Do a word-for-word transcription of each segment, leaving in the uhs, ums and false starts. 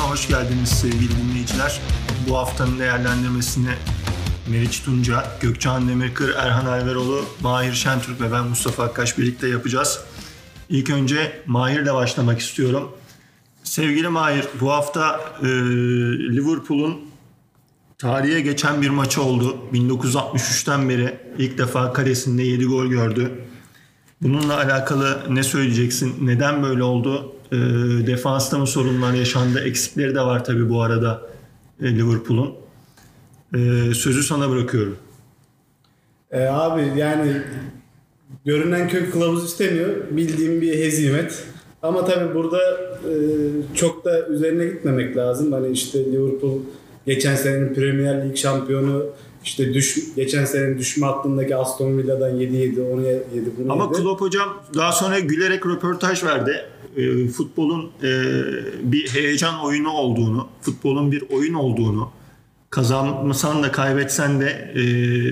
hoş geldiniz sevgili dinleyiciler. Bu haftanın değerlendirmesini Meriç Tunca, Gökçen Demirkır, Erhan Alveroğlu, Mahir Şentürk ve ben Mustafa Akkaş birlikte yapacağız. İlk önce Mahir'le başlamak istiyorum. Sevgili Mahir, bu hafta e, Liverpool'un tarihe geçen bir maçı oldu. bin dokuz yüz altmış üçten beri ilk defa kalesinde yedi gol gördü. Bununla alakalı ne söyleyeceksin? Neden böyle oldu? E, defansta mı sorunlar yaşandı? Eksikleri de var tabii bu arada e, Liverpool'un. E, sözü sana bırakıyorum. E, abi yani görünen kök kılavuz istemiyor. Bildiğim bir hezimet. Ama tabii burada e, çok da üzerine gitmemek lazım. Hani işte Liverpool geçen senenin Premier Lig şampiyonu, işte düş, geçen senenin düşme hattındaki Aston Villa'dan yedi yedi, onu yedi, bunu Ama yedi. Klopp hocam daha sonra gülerek röportaj verdi. E, futbolun e, bir heyecan oyunu olduğunu, futbolun bir oyun olduğunu, kazanmasan da kaybetsen de e,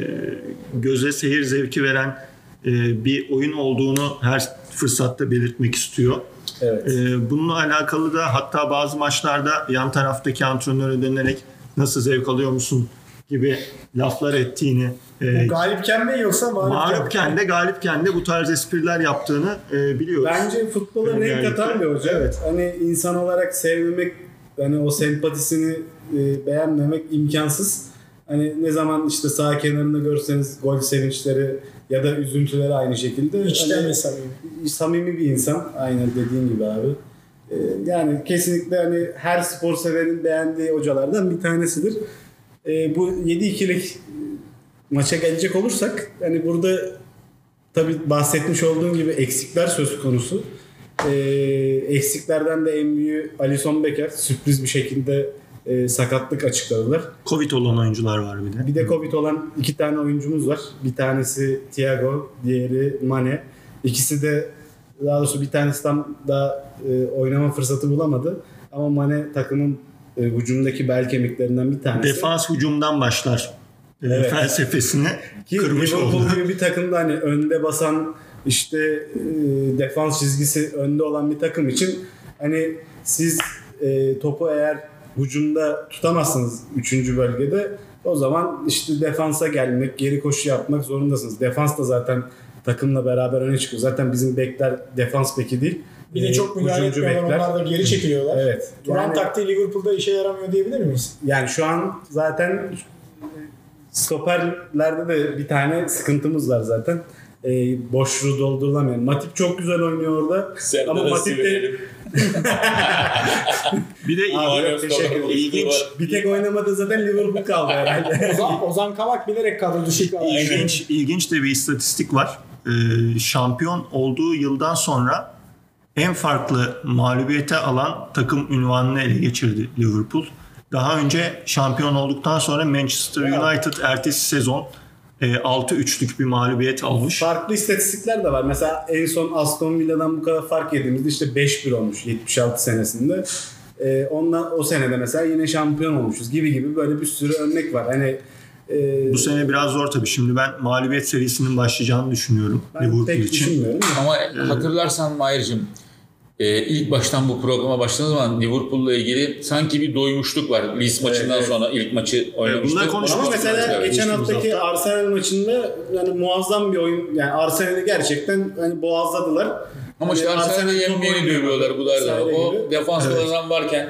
göze seyir zevki veren e, bir oyun olduğunu her fırsatta belirtmek istiyor. Evet. E, bununla alakalı da hatta bazı maçlarda yan taraftaki antrenöre dönerek nasıl zevk alıyor musun gibi laflar ettiğini, e, galipken mi yoksa mağlupken de galipken de bu tarz espriler yaptığını e, biliyoruz. Bence futbola renk katan bir hoca. Evet. Hani insan olarak sevmemek, hani o sempatisini e, beğenmemek imkansız. Hani ne zaman işte sağ kenarında görseniz gol sevinçleri ya da üzüntüleri aynı şekilde. İçten hani, ve samimi. Samimi bir insan. Aynen dediğin gibi abi. E, yani kesinlikle hani her spor severin beğendiği hocalardan bir tanesidir. E, bu yedi ikilik maça gelecek olursak hani burada tabii bahsetmiş olduğum gibi eksikler söz konusu. E, eksiklerden de en büyüğü Alisson Becker sürpriz bir şekilde e, sakatlık açıkladılar. Covid olan oyuncular var bir de. Bir de Covid olan iki tane oyuncumuz var. Bir tanesi Thiago, diğeri Mane. İkisi de daha doğrusu bir tanesi tam daha e, oynama fırsatı bulamadı. Ama Mane takımın e, hücumdaki bel kemiklerinden bir tanesi. Defans hücumdan başlar e, evet. felsefesini ki kırmış oldu. Liverpool gibi bir takımda hani önde basan işte e, defans çizgisi önde olan bir takım için hani siz e, topu eğer hücumda tutamazsınız üçüncü bölgede, o zaman işte defansa gelmek, geri koşu yapmak zorundasınız. Defans da zaten takımla beraber öne çıkıyor. Zaten bizim bekler defans beki değil. Bir de çok müdahale etmiyorlar. Onlar da geri çekiliyorlar. Evet. Turan yani, taktiği Liverpool'da işe yaramıyor diyebilir miyiz? Yani şu an zaten stoperlerde de bir tane sıkıntımız var zaten. E, boşluğu doldurulamayan. Matip çok güzel oynuyor orada. Sen ama Matip de bir de ilginç. Bir tek oynamadı zaten Liverpool kaldı herhalde. Ozan, Ozan Kavak bilerek kadro dışı kaldı. İlginç, ilginç de bir istatistik var. Ee, şampiyon olduğu yıldan sonra en farklı mağlubiyete alan takım unvanını ele geçirdi Liverpool. Daha önce şampiyon olduktan sonra Manchester United ertesi sezon altı üçlük bir mağlubiyet almış. Farklı istatistikler de var. Mesela en son Aston Villa'dan bu kadar fark yediğimizde işte beş bir olmuş yetmiş altı senesinde. Ee, ondan o senede mesela yine şampiyon olmuşuz gibi gibi böyle bir sürü örnek var. Hani e, bu sene biraz zor tabii. Şimdi ben mağlubiyet serisinin başlayacağını düşünüyorum Liverpool için. Ama ee, hatırlarsan Mahir'cim Ee, ilk baştan bu programa başladığımız zaman Liverpool'la ilgili sanki bir doymuşluk var. Leeds maçından evet. sonra ilk maçı oynamıştık. Ama mesela evet, geçen haftaki hafta. Arsenal maçında yani muazzam bir oyun. Yani Arsenal'i gerçekten hani boğazladılar. Ama hani işte Arsenal'e yenmeyi dövüyorlar bu da. O defanslardan evet. varken.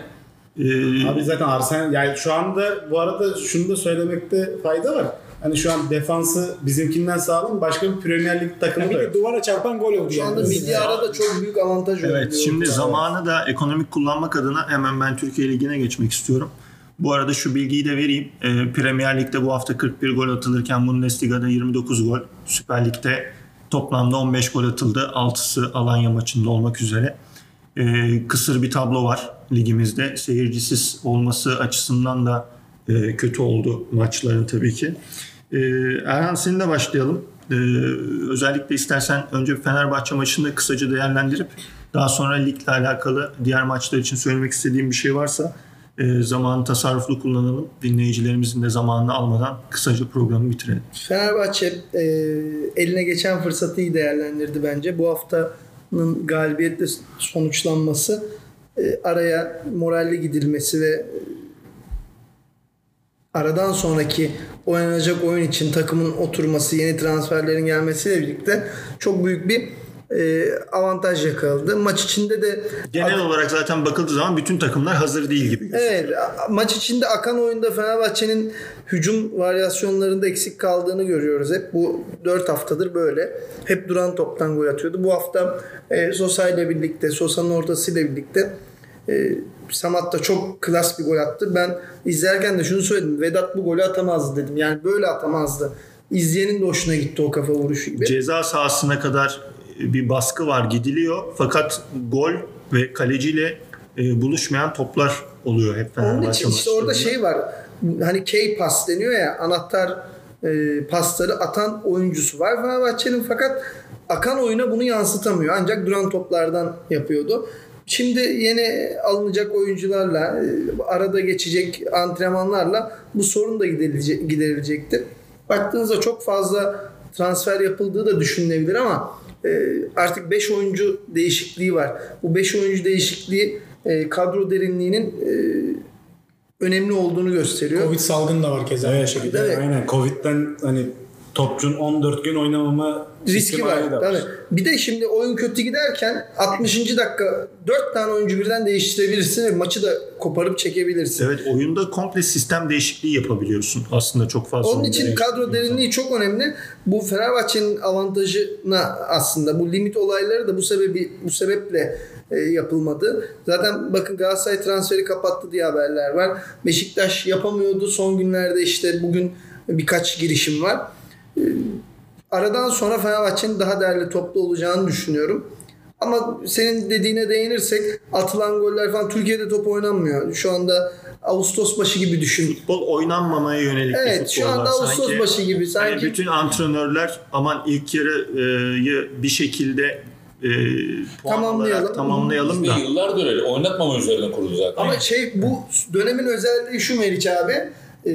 Ee, Abi zaten Arsenal yani şu anda bu arada şunu da söylemekte fayda var. Hani şu an defansı bizimkinden sağlam, başka bir Premier Lig takımı yani da yok. Duvara çarpan gol oldu. Şu anda yani. Milli arada çok büyük avantaj oldu. Evet, şimdi yani. Zamanı da ekonomik kullanmak adına hemen ben Türkiye Ligi'ne geçmek istiyorum. Bu arada şu bilgiyi de vereyim. E, Premier Lig'de bu hafta kırk bir gol atılırken Bundesliga'da yirmi dokuz gol. Süper Lig'de toplamda on beş gol atıldı. altısı Alanya maçında olmak üzere. E, kısır bir tablo var ligimizde. Seyircisiz olması açısından da e, kötü oldu maçların tabii ki. Ee, Erhan seninle başlayalım. Ee, özellikle istersen önce Fenerbahçe maçını kısaca değerlendirip daha sonra ligle alakalı diğer maçlar için söylemek istediğim bir şey varsa e, zamanı tasarruflu kullanalım. Dinleyicilerimizin de zamanını almadan kısaca programı bitirelim. Fenerbahçe e, eline geçen fırsatı iyi değerlendirdi bence. Bu haftanın galibiyetle sonuçlanması e, araya moralli gidilmesi ve aradan sonraki oynanacak oyun için takımın oturması, yeni transferlerin gelmesiyle birlikte çok büyük bir e, avantaj yakaladı. Maç içinde de genel olarak zaten bakıldığı zaman bütün takımlar hazır değil gibi gözüküyor. evet, maç içinde akan oyunda Fenerbahçe'nin hücum varyasyonlarında eksik kaldığını görüyoruz. Hep bu dört haftadır böyle. Hep duran toptan gol atıyordu. Bu hafta e, Sosa ile birlikte, Sosa'nın ortasıyla birlikte e, Samat da çok klas bir gol attı. Ben izlerken de şunu söyledim. Vedat bu golü atamazdı dedim. Yani böyle atamazdı. İzleyenin de hoşuna gitti o kafa vuruşu gibi. Ceza sahasına kadar bir baskı var, gidiliyor. Fakat gol ve kaleciyle e, buluşmayan toplar oluyor hep Fenerbahçe Onun için işte orada şey var. Hani key pas deniyor ya, anahtar e, pasları atan oyuncusu var Fenerbahçe'nin, fakat akan oyuna bunu yansıtamıyor. Ancak duran toplardan yapıyordu. Şimdi yeni alınacak oyuncularla, arada geçecek antrenmanlarla bu sorun da giderilecek, giderilecektir. Baktığınızda çok fazla transfer yapıldığı da düşünülebilir ama artık beş oyuncu değişikliği var. Bu beş oyuncu değişikliği kadro derinliğinin önemli olduğunu gösteriyor. Covid salgını da var keza aynı şekilde. Evet. Aynen. Covid'den hani topçunun on dört gün oynamama riski var. var. Tabii. Bir de şimdi oyun kötü giderken altmışıncı dakika dört tane oyuncu birden değiştirebilirsin ve maçı da koparıp çekebilirsin. Evet, oyunda komple sistem değişikliği yapabiliyorsun. Aslında çok fazla. Onun için kadro derinliği çok önemli. Bu Fenerbahçe'nin avantajına aslında bu limit olayları da bu sebebi bu sebeple e, yapılmadı. Zaten bakın Galatasaray transferi kapattı diye haberler var. Beşiktaş yapamıyordu. Son günlerde işte bugün birkaç girişim var. E, aradan sonra Fenerbahçe'nin daha değerli toplu olacağını düşünüyorum. Ama senin dediğine değinirsek atılan goller falan, Türkiye'de top oynanmıyor. Şu anda Ağustos başı gibi düşün. Futbol oynanmamaya yönelik bir Evet, futbol şu anda var. Ağustos Sanki, başı gibi. Sanki hani bütün antrenörler aman ilk yarıyı bir şekilde e, puan Tamamlayalım. olarak tamamlayalım da. Bizde yıllardır öyle. Oynatmama üzerine kurulu zaten. ama şey, bu dönemin özelliği şu Meriç abi. E,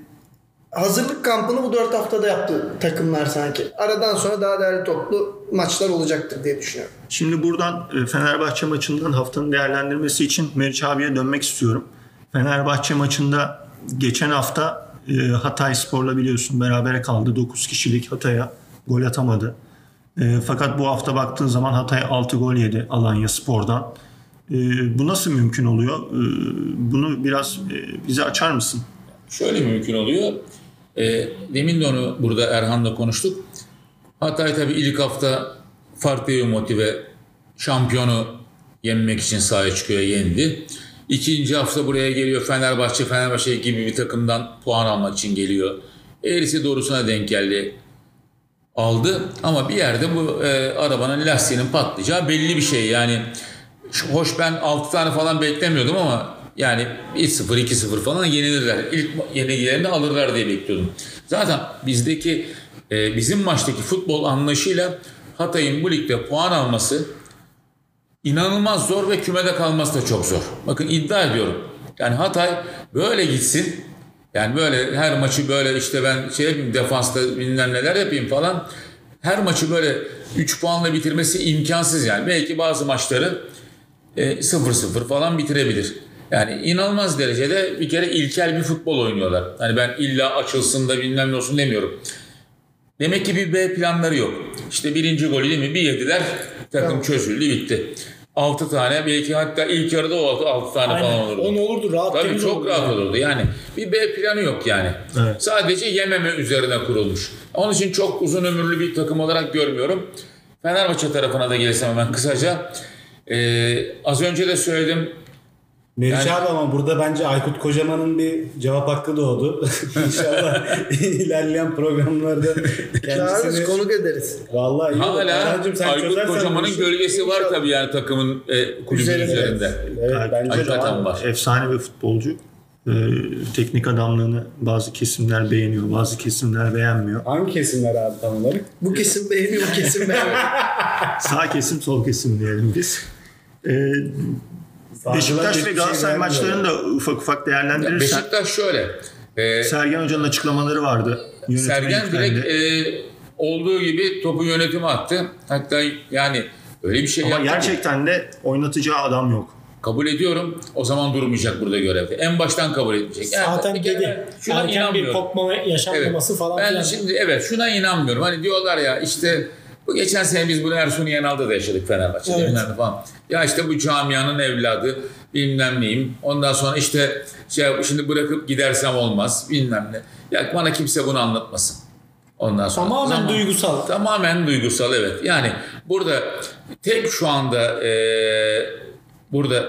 hazırlık kampını bu dört haftada yaptı takımlar sanki. Aradan sonra daha değerli toplu maçlar olacaktır diye düşünüyorum. Şimdi buradan e, Fenerbahçe maçından haftanın değerlendirmesi için Meriç abiye dönmek istiyorum. Fenerbahçe maçında geçen hafta e, Hatayspor'la biliyorsun berabere kaldı. dokuz kişilik Hatay'a gol atamadı. E, fakat bu hafta baktığın zaman Hatay altı gol yedi Alanyaspor'dan. E, bu nasıl mümkün oluyor? E, bunu biraz e, bize açar mısın? Şöyle mümkün oluyor. E, demin de onu burada Erhan'la konuştuk. Hatay tabii ilk hafta farklı bir motive, şampiyonu yenmek için sahaya çıkıyor, yendi. İkinci hafta buraya geliyor Fenerbahçe, Fenerbahçe gibi bir takımdan puan almak için geliyor. Eğrisi doğrusuna denk geldi. Aldı ama bir yerde bu e, arabanın lastiğinin patlayacağı belli bir şey. Yani hoş, ben altı tane falan beklemiyordum ama yani bir sıfır iki sıfır falan yenilirler. İlk yenilgilerini alırlar diye bekliyordum. Zaten bizdeki e, bizim maçtaki futbol anlayışıyla Hatay'ın bu ligde puan alması inanılmaz zor ve kümede kalması da çok zor. Bakın iddia ediyorum. Yani Hatay böyle gitsin. Yani böyle her maçı böyle işte ben şey yapayım, defansta bilmem neler yapayım falan. Her maçı böyle üç puanla bitirmesi imkansız yani. Belki bazı maçları e, sıfır sıfır falan bitirebilir. Yani inanılmaz derecede bir kere ilkel bir futbol oynuyorlar. Hani ben illa açılsın da bilmem ne olsun demiyorum. Demek ki bir B planları yok. İşte birinci golü değil mi? Bir yediler, takım tamam, çözüldü, bitti. altı tane, belki hatta ilk yarıda o altı tane aynen, falan olurdu. on olurdu, rahat. Tabii çok olurdu rahat yani. olurdu. Yani bir B planı yok yani. Evet. Sadece yememe üzerine kurulmuş. Onun için çok uzun ömürlü bir takım olarak görmüyorum. Fenerbahçe tarafına da gelsem hemen kısaca. Ee, az önce de söyledim. Meriç Yani- abi ama burada bence Aykut Kocaman'ın bir cevap hakkı doğdu. İnşallah ilerleyen programlarda Çağırırız, kendisini... konuk ederiz. Vallahi iyi olur. Hala Erhan'cığım sen Aykut çözersen bu Kocaman'ın işi- gölgesi var tabii yani takımın e, kulübün Üzerinde. üzerinde. Evet, bence de Hakikaten var. var. Efsane bir futbolcu. Ee, teknik adamlığını bazı kesimler beğeniyor, bazı kesimler beğenmiyor. Hangi kesimler abi tam olarak? Bu kesim beğeniyor, bu kesim beğenmiyor. Sağ kesim, sol kesim diyelim biz. Ee, Sağcılar Beşiktaş hiçbir ve şey Galatasaray beğenmiyor. maçlarını da ufak ufak değerlendirirsen. Beşiktaş şöyle. E, Sergen Hoca'nın açıklamaları vardı. Yönetime Sergen yüklendi. direkt e, olduğu gibi topu yönetime attı. Hatta yani öyle bir şey Ama yaptı ki- gerçekten de oynatacağı adam yok. kabul ediyorum. O zaman durmayacak burada görevde. En baştan kabul edecek. Yani Zaten bir kere dedi. şuna Erken bir inanmıyorum. kopma yaşanmaması Evet. falan Ben filan. şimdi evet şuna inanmıyorum. Hani diyorlar ya işte bu geçen sene biz bunu Ersun Yanal'da da yaşadık Fenerbahçe'de Evet. bilmem ne falan. Ya işte bu camianın evladı bilmem neyim. Ondan sonra işte şey, şimdi bırakıp gidersem olmaz bilmem ne. Ya bana kimse bunu anlatmasın. Ondan sonra Tamamen zaman- duygusal. Tamamen duygusal evet. Yani burada tek şu anda eee, burada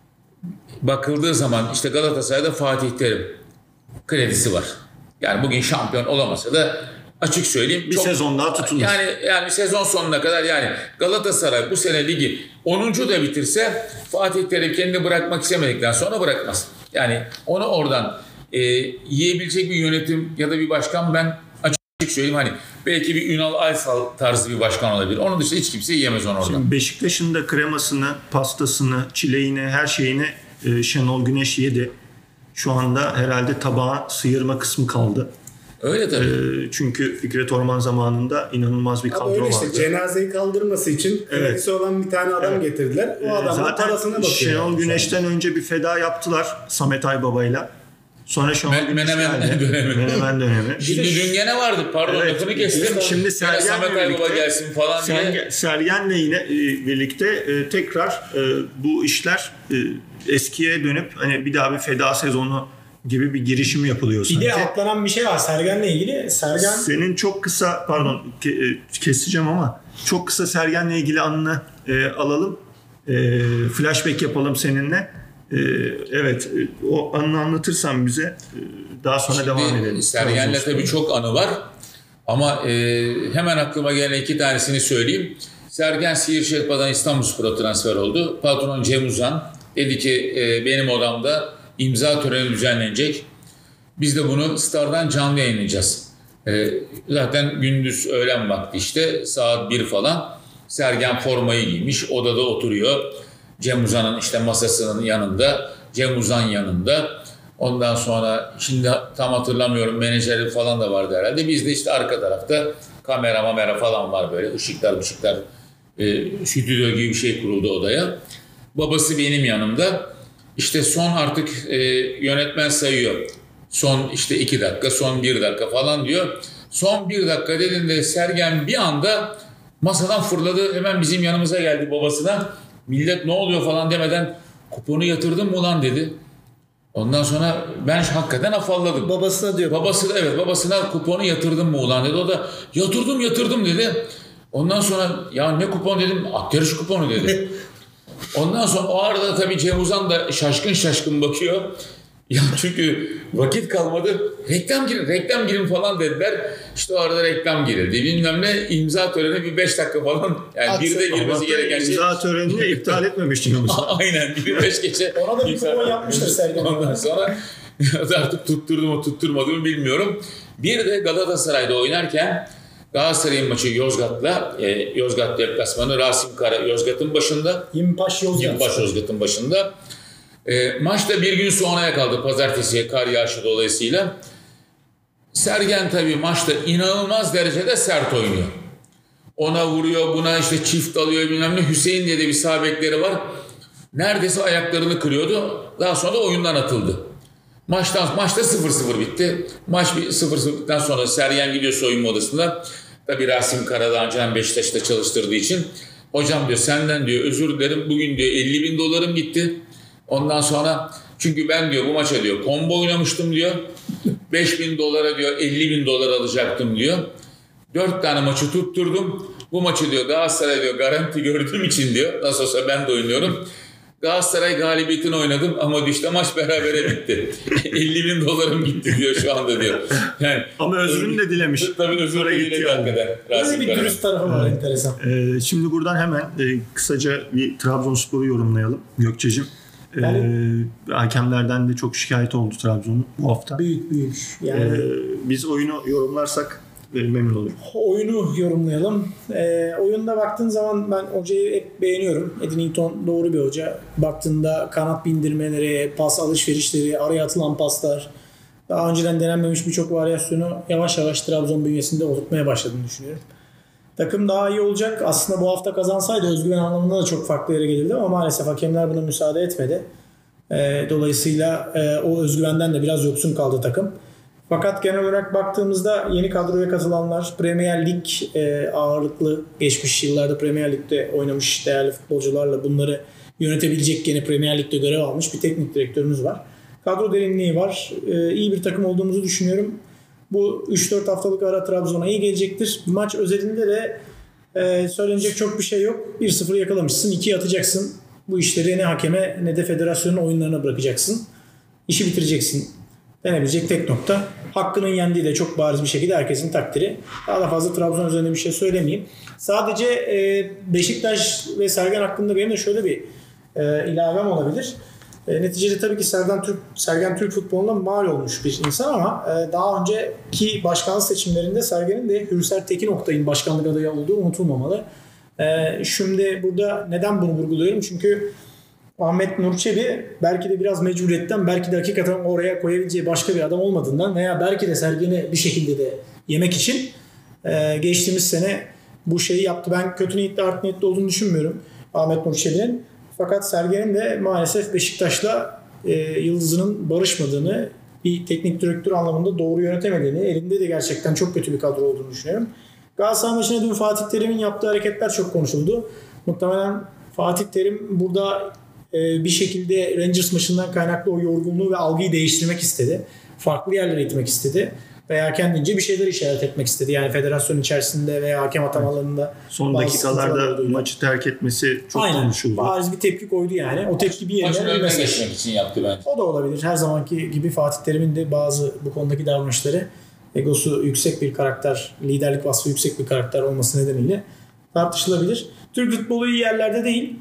bakıldığı zaman işte Galatasaray'da Fatih Terim kredisi var. Yani bugün şampiyon olamasa da açık söyleyeyim. Bir sezon daha tutunur. Yani yani sezon sonuna kadar yani Galatasaray bu sene ligi onuncu da bitirse Fatih Terim kendini bırakmak istemedikten sonra bırakmaz. Yani onu oradan e, yiyebilecek bir yönetim ya da bir başkan ben açık söyleyeyim hani belki bir Ünal Aysal tarzı bir başkan olabilir. Onun dışında hiç kimse yiyemez onu oradan. Şimdi Beşiktaş'ın da kremasını, pastasını, çileğini, her şeyini e, Şenol Güneş yedi. Şu anda herhalde tabağa sıyırma kısmı kaldı. Öyle tabii. E, çünkü Fikret Orman zamanında inanılmaz bir Abi kadro öyle işte vardı. cenazeyi kaldırması için Evet. kredisi olan bir tane adam Evet. getirdiler. O E, adamın Zaten parasına bakıyor. Şenol yani. Güneş'ten önce bir feda yaptılar Samet Aybaba'yla. Sonra Şenol Men- Güneş Menemen geldi. dönemi. Menemen dönemi. Şimdi dün gene vardı. Pardon Evet. lafını kestim. Şimdi- şimdi Gene Sergen'le Samet Aybaba birlikte- gelsin falan diye. Sergen, Sergen'le yine e, birlikte e, tekrar e, bu işler e, eskiye dönüp hani bir daha bir feda sezonu gibi bir girişim yapılıyor Bir sanki. de atlanan bir şey var Sergen'le ilgili. Sergen Senin çok kısa pardon ke- e, keseceğim ama çok kısa Sergen'le ilgili anını e, alalım. E, flashback yapalım seninle. E, evet e, o anını anlatırsan bize e, daha sonra Şimdi devam edelim. Sergen'le Trabzonspor. tabii çok anı var. Ama e, hemen aklıma gelen iki tanesini söyleyeyim. Sergen Siirşehir'den İstanbulspor'a transfer oldu. Patron Cem Uzan dedi ki e, benim odamda imza töreni düzenlenecek. Biz de bunu Star'dan canlı yayınlayacağız. E, zaten gündüz öğlen vakti işte saat bir falan. Sergen formayı giymiş odada oturuyor. Cem Uzan'ın işte masasının yanında. Cem Uzan yanında. Ondan sonra şimdi tam hatırlamıyorum menajeri falan da vardı herhalde. Biz de işte arka tarafta kamera mamera falan var böyle ışıklar ışıklar e, stüdyo gibi bir şey kuruldu odaya. Babası benim yanımda. İşte son artık e, yönetmen sayıyor. Son işte iki dakika, son bir dakika falan diyor. Son bir dakika dediğinde Sergen bir anda masadan fırladı. Hemen bizim yanımıza geldi babasına. Millet ne oluyor falan demeden kuponu yatırdın mı lan dedi. Ondan sonra ben hakikaten afalladım. Babasına diyor. Babası da evet babasına kuponu yatırdın mı ulan dedi. O da yatırdım yatırdım dedi. Ondan sonra ya ne kupon dedim. At yarışı kuponu dedi. Ondan sonra o arada tabii Cem Uzan da şaşkın şaşkın bakıyor. Ya çünkü vakit kalmadı. Reklam girin, reklam girin falan dediler. İşte o arada reklam girildi. Bilmem ne imza töreni bir beş dakika falan. Yani Aksın. bir de girmesi Allah'tan gereken şey. imza törenini iptal etmemiş Cem Uzan. Aynen bir beş geçe. Ona da bir imza- kupon yapmıştır Sergen. Ondan sonra artık tutturdu mu tutturmadı mı bilmiyorum. Bir de Galatasaray'da oynarken Galatasaray'ın maçı Yozgat'la e, Yozgat deplasmanı Rasim Kara Yozgat'ın başında. Yimpaş Yozgat. Yılbaş Yozgat'ın başında. E, maç da bir gün sonraya kaldı pazartesiye kar yağışı dolayısıyla. Sergen tabii maçta inanılmaz derecede sert oynuyor. Ona vuruyor, buna işte çift alıyor bilmem ne. Hüseyin diye de bir sağ bekleri var. Neredeyse ayaklarını kırıyordu. Daha sonra da oyundan atıldı. Maçtan, maçta sıfır sıfır bitti. Maç sıfır sıfır bittikten sonra Sergen gidiyor soyunma odasında. Tabii Rasim Karadağ Can Beşiktaş'ta çalıştırdığı için. Hocam diyor senden diyor özür dilerim bugün diyor elli bin dolarım gitti. Ondan sonra çünkü ben diyor bu maça diyor combo oynamıştım diyor. beş bin dolara diyor elli bin dolar alacaktım diyor. dört tane maçı tutturdum. Bu maçı diyor Galatasaray diyor garanti gördüğüm için diyor. Nasıl olsa ben de oynuyorum. Galatasaray galibiyetini oynadım ama işte maç berabere bitti. elli bin dolarım gitti diyor şu anda diyor. Yani Ama özrünü de dilemiş. tabii özür Sonra diledi gitti yani. hakikaten. Böyle Rasim bir Kara. dürüst tarafı var enteresan. Ee, şimdi buradan hemen e, kısaca bir Trabzonspor'u yorumlayalım Gökçe'cim. Ee, Yani- hakemlerden de çok şikayet oldu Trabzon'un bu hafta. Büyük büyük. Ee, Yani biz oyunu yorumlarsak e, memnun olurum. oyunu yorumlayalım. Ee, oyunda baktığın zaman ben hocayı hep beğeniyorum. Eddington doğru bir hoca. Baktığında kanat bindirmeleri, pas alışverişleri, araya atılan paslar, daha önceden denenmemiş birçok varyasyonu yavaş yavaş Trabzon bünyesinde oturtmaya başladığını düşünüyorum. Takım daha iyi olacak. Aslında bu hafta kazansaydı özgüven anlamında da çok farklı yere gelirdi ama maalesef hakemler buna müsaade etmedi. E, dolayısıyla e, o özgüvenden de biraz yoksun kaldı takım. Fakat genel olarak baktığımızda yeni kadroya katılanlar, Premier Lig e, ağırlıklı, geçmiş yıllarda Premier Lig'de oynamış değerli futbolcularla bunları yönetebilecek, yine Premier Lig'de görev almış bir teknik direktörümüz var. Kadro derinliği var. E, iyi bir takım olduğumuzu düşünüyorum. Bu üç dört haftalık ara Trabzon'a iyi gelecektir. Maç özelinde de e, söylenecek çok bir şey yok. bir sıfır yakalamışsın, ikiye atacaksın. Bu işleri ne hakeme ne de federasyonun oyunlarına bırakacaksın. İşi bitireceksin. Denebilecek tek nokta. Hakkının yendiği de çok bariz bir şekilde herkesin takdiri. Daha da fazla Trabzon üzerinde bir şey söylemeyeyim. Sadece e, Beşiktaş ve Sergen hakkında benim de şöyle bir e, ilavem olabilir. E, neticede tabii ki Sergen Türk, Sergen Türk futboluna mal olmuş bir insan ama e, daha önceki başkanlık seçimlerinde Sergen'in de Hürsel Tekin Oktay'ın başkanlık adayı olduğu unutulmamalı. E, şimdi burada neden bunu vurguluyorum? Çünkü Ahmet Nur Çebi belki de biraz mecburiyetten, belki de hakikaten oraya koyabileceği başka bir adam olmadığından veya belki de Sergen'i bir şekilde de yemek için e, geçtiğimiz sene bu şeyi yaptı. Ben kötü niyetli, art niyetli olduğunu düşünmüyorum Ahmet Nur Çebi'nin. Fakat Sergen'in de maalesef Beşiktaş'la e, yıldızının barışmadığını, bir teknik direktör anlamında doğru yönetemediğini, elinde de gerçekten çok kötü bir kadro olduğunu düşünüyorum. Galatasaray maçında dün Fatih Terim'in yaptığı hareketler çok konuşuldu. Muhtemelen Fatih Terim burada bir şekilde Rangers maçından kaynaklı o yorgunluğu ve algıyı değiştirmek istedi. Farklı yerlere itmek istedi. Veya kendince bir şeyler işaret etmek istedi. Yani federasyon içerisinde veya hakem atamalarında. Son dakikalarda maçı terk etmesi çok Aynen. konuşuldu. Bariz bir tepki koydu yani. O tepki bir yerine maçın önüne geçmek için yaptı bence. O da olabilir. Her zamanki gibi Fatih Terim'in de bazı bu konudaki davranışları, egosu yüksek bir karakter, liderlik vasfı yüksek bir karakter olması nedeniyle tartışılabilir. Türk futbolu iyi yerlerde değil.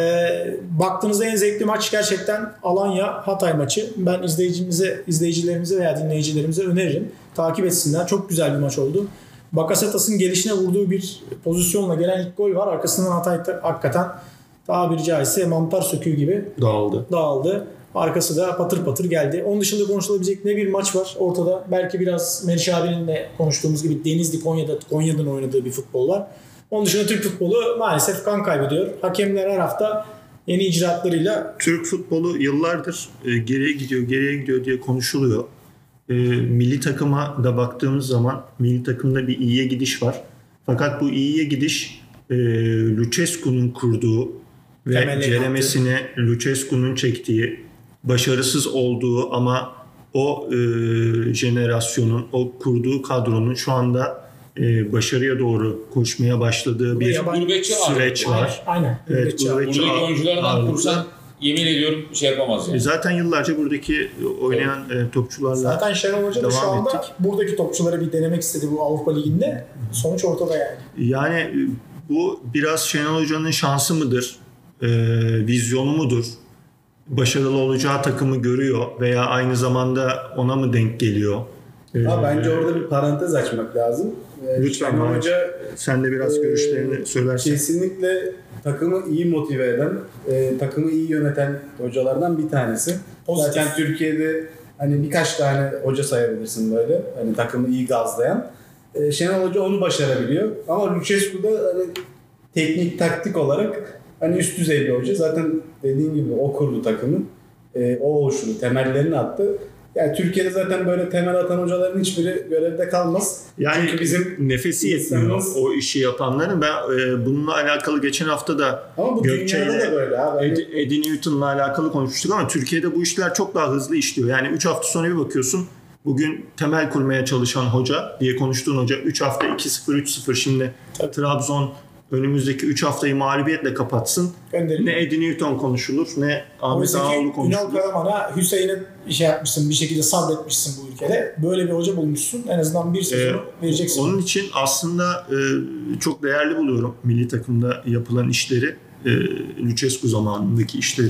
E, baktığınızda en zevkli maç gerçekten Alanya-Hatay maçı. Ben izleyicimize, izleyicilerimize veya dinleyicilerimize öneririm. Takip etsinler. Çok güzel bir maç oldu. Bakasetas'ın gelişine vurduğu bir pozisyonla gelen ilk gol var. Arkasından Hatay hakikaten tabiri caizse mantar söküğü gibi dağıldı. dağıldı. Arkası da patır patır geldi. Onun dışında konuşulabilecek ne bir maç var ortada. Belki biraz Meriç abinin de konuştuğumuz gibi Denizli Konya'da Konya'dan oynadığı bir futbol var. Onun dışında Türk futbolu maalesef kan kaybediyor. Hakemler her hafta yeni icraatlarıyla... Türk futbolu yıllardır e, geriye gidiyor, geriye gidiyor diye konuşuluyor. E, milli takıma da baktığımız zaman milli takımda bir iyiye gidiş var. Fakat bu iyiye gidiş e, Lucescu'nun kurduğu ve Temelli ceremesine Lucescu'nun çektiği, başarısız olduğu ama o e, jenerasyonun, o kurduğu kadronun şu anda e, başarıya doğru koşmaya başladığı bir Gurbetçi süreç ağırlığı. var. Aynen. Evet, Gurbetçi gurbetçi Buradaki ağırlığı. oyunculardan kursan yemin ediyorum bir şey yapamaz yani. E zaten yıllarca buradaki oynayan e, topçularla Zaten Şenol Hoca da şu devam anda ettik. buradaki topçuları bir denemek istedi bu Avrupa Ligi'nde. Sonuç ortada yani. Yani e, bu biraz Şenol Hoca'nın şansı mıdır? E, vizyonu mudur? Başarılı olacağı takımı görüyor veya aynı zamanda ona mı denk geliyor? E, Ha, bence orada bir parantez açmak lazım. Ee, Lütfen Şenol Mahmut. Hoca Sen de biraz e, görüşlerini söylersen. kesinlikle takımı iyi motive eden, e, takımı iyi yöneten hocalardan bir tanesi. Pozitif. Zaten Türkiye'de hani birkaç tane hoca sayabilirsin böyle. Hani takımı iyi gazlayan. E, Şenol Hoca onu başarabiliyor. Ama Lucescu da hani teknik taktik olarak hani üst düzey bir hoca. Zaten dediğim gibi o kurdu takımı. E, o oluşturdu. Temellerini attı. Yani Türkiye'de zaten böyle temel atan hocaların hiçbiri görevde kalmaz. Yani Çünkü bizim nefesi yetmiyor insanımız- o işi yapanların. Ben e, bununla alakalı geçen hafta da Ama bu Gökçe dünyada ile da böyle abi. Hani Ed- Eddie Newton'la alakalı konuşmuştuk ama Türkiye'de bu işler çok daha hızlı işliyor. Yani üç hafta sonra bir bakıyorsun bugün temel kurmaya çalışan hoca diye konuştuğun hoca üç hafta iki sıfır üç sıfır şimdi Trabzon önümüzdeki üç haftayı mağlubiyetle kapatsın. Gönderin. Ne Eddie Newton konuşulur ne Ahmet Oysa ki Ağaoğlu Ünal konuşulur. Karaman'a Hüseyin'e şey yapmışsın, bir şekilde sabretmişsin bu ülkede. Böyle bir hoca bulmuşsun. En azından bir sezonu Ee, vereceksin. Onun için aslında e, çok değerli buluyorum milli takımda yapılan işleri. E, Lucescu zamanındaki işleri.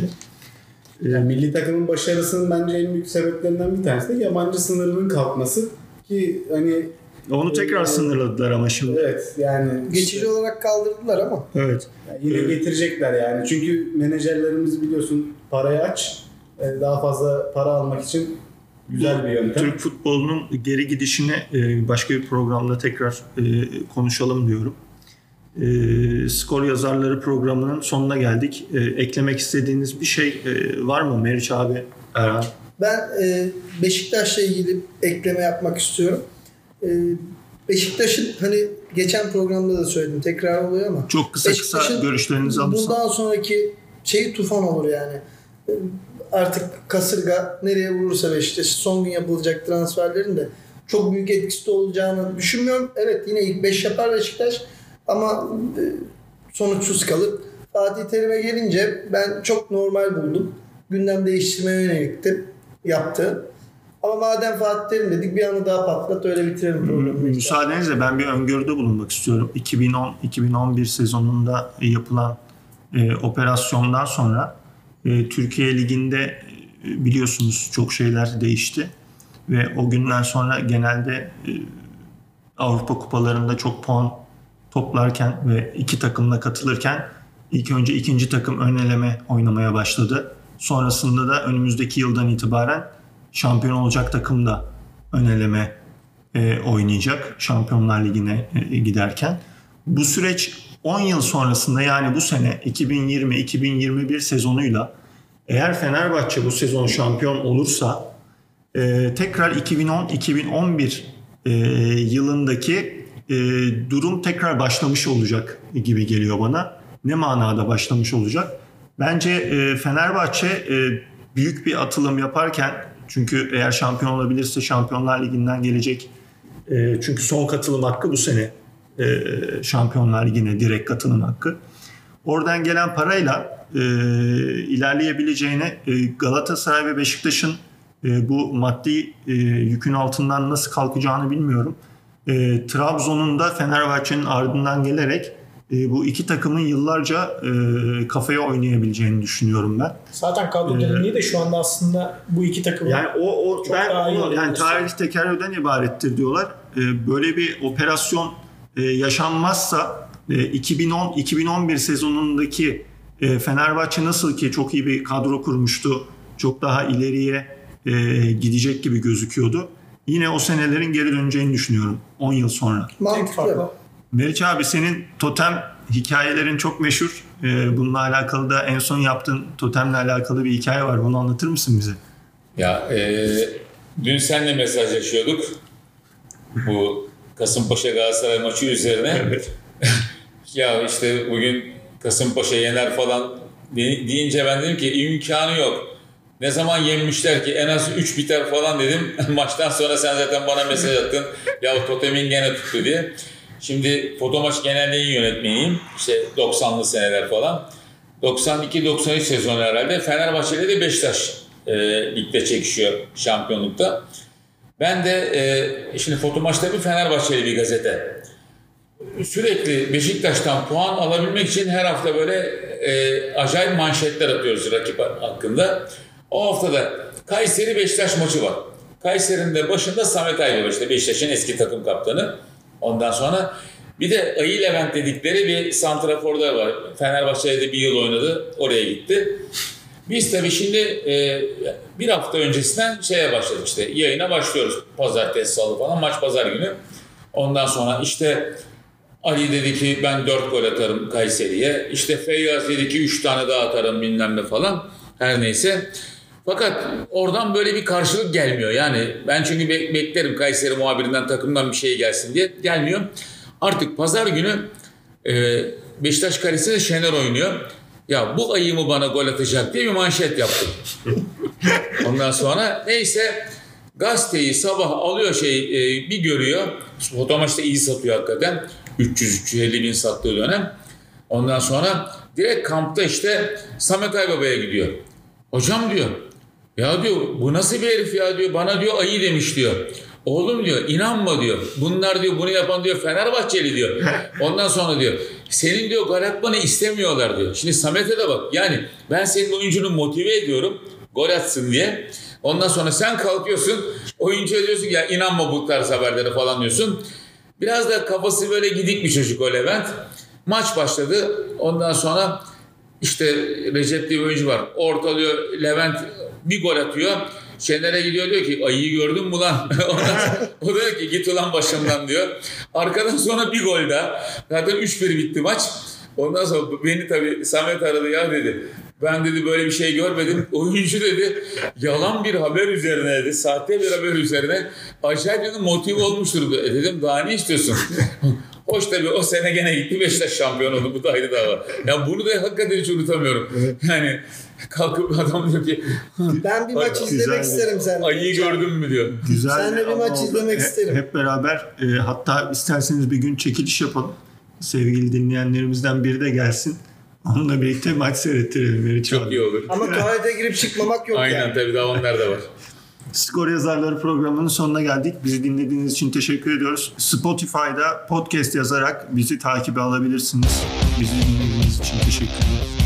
yani milli takımın başarısının bence en büyük sebeplerinden bir tanesi de yabancı sınırının kalkması ki hani Onu tekrar Ee, sınırladılar ama şimdi. evet yani Geçici olarak kaldırdılar ama. Evet. yani yine getirecekler yani. Çünkü menajerlerimiz biliyorsun parayı aç. e, Daha fazla para almak için güzel bir yöntem. Türk futbolunun geri gidişine e, başka bir programda tekrar e, konuşalım diyorum. e, skor yazarları programının sonuna geldik. E, eklemek istediğiniz bir şey e, var mı Meriç abi, Erhan? Ben e, Beşiktaş'la ilgili ekleme yapmak istiyorum. E, Beşiktaş'ın hani geçen programda da söyledim, tekrar oluyor ama çok kısa kısa görüşlerinizi alırsanız. Bundan sonraki şey tufan olur yani. E, artık kasırga nereye vurursa Beşiktaş, son gün yapılacak transferlerin de çok büyük etkisi de olacağını düşünmüyorum. Evet, yine ilk beş yapar Beşiktaş ama e, sonuçsuz kalır. Fatih Terim'e gelince ben çok normal buldum. Gündem değiştirmeye yönelikti, yaptı. Ama madem Fatih Terim dedik, bir anı daha patlat, öyle bitirelim programı. Müsaadenizle ben bir öngörüde bulunmak istiyorum. iki bin on iki bin on bir sezonunda yapılan e, operasyondan sonra e, Türkiye Ligi'nde e, biliyorsunuz çok şeyler değişti. Ve o günden sonra genelde e, Avrupa kupalarında çok puan toplarken ve iki takımla katılırken ilk önce ikinci takım ön eleme oynamaya başladı. Sonrasında da önümüzdeki yıldan itibaren şampiyon olacak takım da ön eleme e, oynayacak Şampiyonlar Ligi'ne e, giderken. Bu süreç on yıl sonrasında, yani bu sene iki bin yirmi iki bin yirmi bir sezonuyla eğer Fenerbahçe bu sezon şampiyon olursa e, tekrar iki bin on iki bin on bir e, yılındaki e, durum tekrar başlamış olacak gibi geliyor bana. Ne manada başlamış olacak? Bence e, Fenerbahçe e, büyük bir atılım yaparken, çünkü eğer şampiyon olabilirse Şampiyonlar Ligi'nden gelecek. E, çünkü son katılım hakkı bu sene e, Şampiyonlar Ligi'ne direkt katılım hakkı. Oradan gelen parayla e, ilerleyebileceğine, e, Galatasaray ve Beşiktaş'ın e, bu maddi e, yükün altından nasıl kalkacağını bilmiyorum. E, Trabzon'un da Fenerbahçe'nin ardından gelerek e, bu iki takımın yıllarca e, kafaya oynayabileceğini düşünüyorum ben. Zaten kadro derinliği de şu anda aslında bu iki takımın yani o, o ben onu, yani tarih tekerrürden ibarettir diyorlar. E, böyle bir operasyon e, yaşanmazsa e, iki bin on iki bin on bir sezonundaki e, Fenerbahçe nasıl ki çok iyi bir kadro kurmuştu, çok daha ileriye e, gidecek gibi gözüküyordu. Yine o senelerin geri döneceğini düşünüyorum on yıl sonra. Mantıklı. Meriç abi, senin totem hikayelerin çok meşhur. Ee, bununla alakalı da en son yaptığın totemle alakalı bir hikaye var. Bunu anlatır mısın bize? Ya e, dün seninle mesajlaşıyorduk. Bu Kasımpaşa Galatasaray maçı üzerine. Evet. Ya işte bugün Kasımpaşa yener falan deyince ben dedim ki imkanı yok. Ne zaman yenmişler ki, en az üç biter falan dedim. Maçtan sonra sen zaten bana mesaj attın. Ya totemin gene tuttu diye. Şimdi Fotomaç Genel yönetmeniyim. İşte doksanlı seneler falan. doksan iki doksan üç sezonu herhalde. Fenerbahçe'de de Beşiktaş e, ligde çekişiyor şampiyonlukta. Ben de e, şimdi Fotomaç'ta bir Fenerbahçeli bir gazete. Sürekli Beşiktaş'tan puan alabilmek için her hafta böyle e, acayip manşetler atıyoruz rakip hakkında. O haftada Kayseri Beşiktaş maçı var. Kayseri'nin de başında Samet Aybaba, işte Beşiktaş'ın eski takım kaptanı. Ondan sonra bir de Ayı Levent dedikleri bir santraforlar var. Fenerbahçe'de bir yıl oynadı. Oraya gitti. Biz tabii şimdi e, bir hafta öncesinden şeye başladık, işte yayına başlıyoruz. Pazartesi, salı falan, maç pazar günü. Ondan sonra işte Ali dedi ki ben dört gol atarım Kayseri'ye. İşte Feyyaz dedi ki üç tane daha atarım bilmem ne falan. Her neyse. Fakat oradan böyle bir karşılık gelmiyor. Yani ben çünkü be- beklerim Kayseri muhabirinden, takımdan bir şey gelsin diye. Gelmiyor. Artık pazar günü e, Beşiktaş kalesinde Şener oynuyor. Ya bu ayı mı bana gol atacak diye bir manşet yaptım. Ondan sonra neyse gazeteyi sabah alıyor, şey e, bir görüyor. Fotomaç'ta iyi satıyor hakikaten. üç yüz üç yüz elli bin sattığı dönem. Ondan sonra direkt kampta işte Samet Aybaba'ya gidiyor. Hocam diyor, ya diyor bu nasıl bir herif ya diyor, bana diyor ayı demiş diyor. Oğlum diyor inanma diyor, bunlar diyor bunu yapan diyor Fenerbahçeli diyor. Ondan sonra diyor senin diyor gol atmanı istemiyorlar diyor. Şimdi Samet'e de bak, yani ben senin oyuncunu motive ediyorum gol atsın diye. Ondan sonra sen kalkıyorsun oyuncuya diyorsun ya inanma bu tarz haberlere falan diyorsun. Biraz da kafası böyle gidik bir çocuk o Levent. Maç başladı, ondan sonra İşte Recep diye bir oyuncu var. Ortalıyor, Levent bir gol atıyor. Şener'e gidiyor diyor ki ayıyı gördün mü lan? O diyor ki git ulan başımdan diyor. Arkadan sonra bir gol daha. Zaten üç bir bitti maç. Ondan sonra beni tabii Samet aradı ya dedi. Ben dedi böyle bir şey görmedim. Oyuncu dedi yalan bir haber üzerine dedi. Sahte bir haber üzerine. Acayip dedi motive olmuştur. E dedim daha ne istiyorsun? Hoş tabii o sene gene gitti Beşiktaş şampiyon oldu. Bu da ayrı dava. Ya bunu da hakikaten hiç unutamıyorum. Yani kalkıp adam diyor ki Ben bir maç Güzel. izlemek isterim seninle. ayıyı gördün mü diyor. Güzel Seninle bir ama maç oldu. izlemek He- isterim. Hep beraber e, hatta isterseniz bir gün çekiliş yapalım. Sevgili dinleyenlerimizden biri de gelsin. Onunla birlikte maç seyrettirelim. Meriç Çok abi. iyi olur. Ama tuvalete girip çıkmamak yok Aynen yani. tabii daha onlar da var. Skor Yazarları programının sonuna geldik. Bizi dinlediğiniz için teşekkür ediyoruz. Spotify'da podcast yazarak bizi takibe alabilirsiniz. Bizi dinlediğiniz için teşekkür ederiz.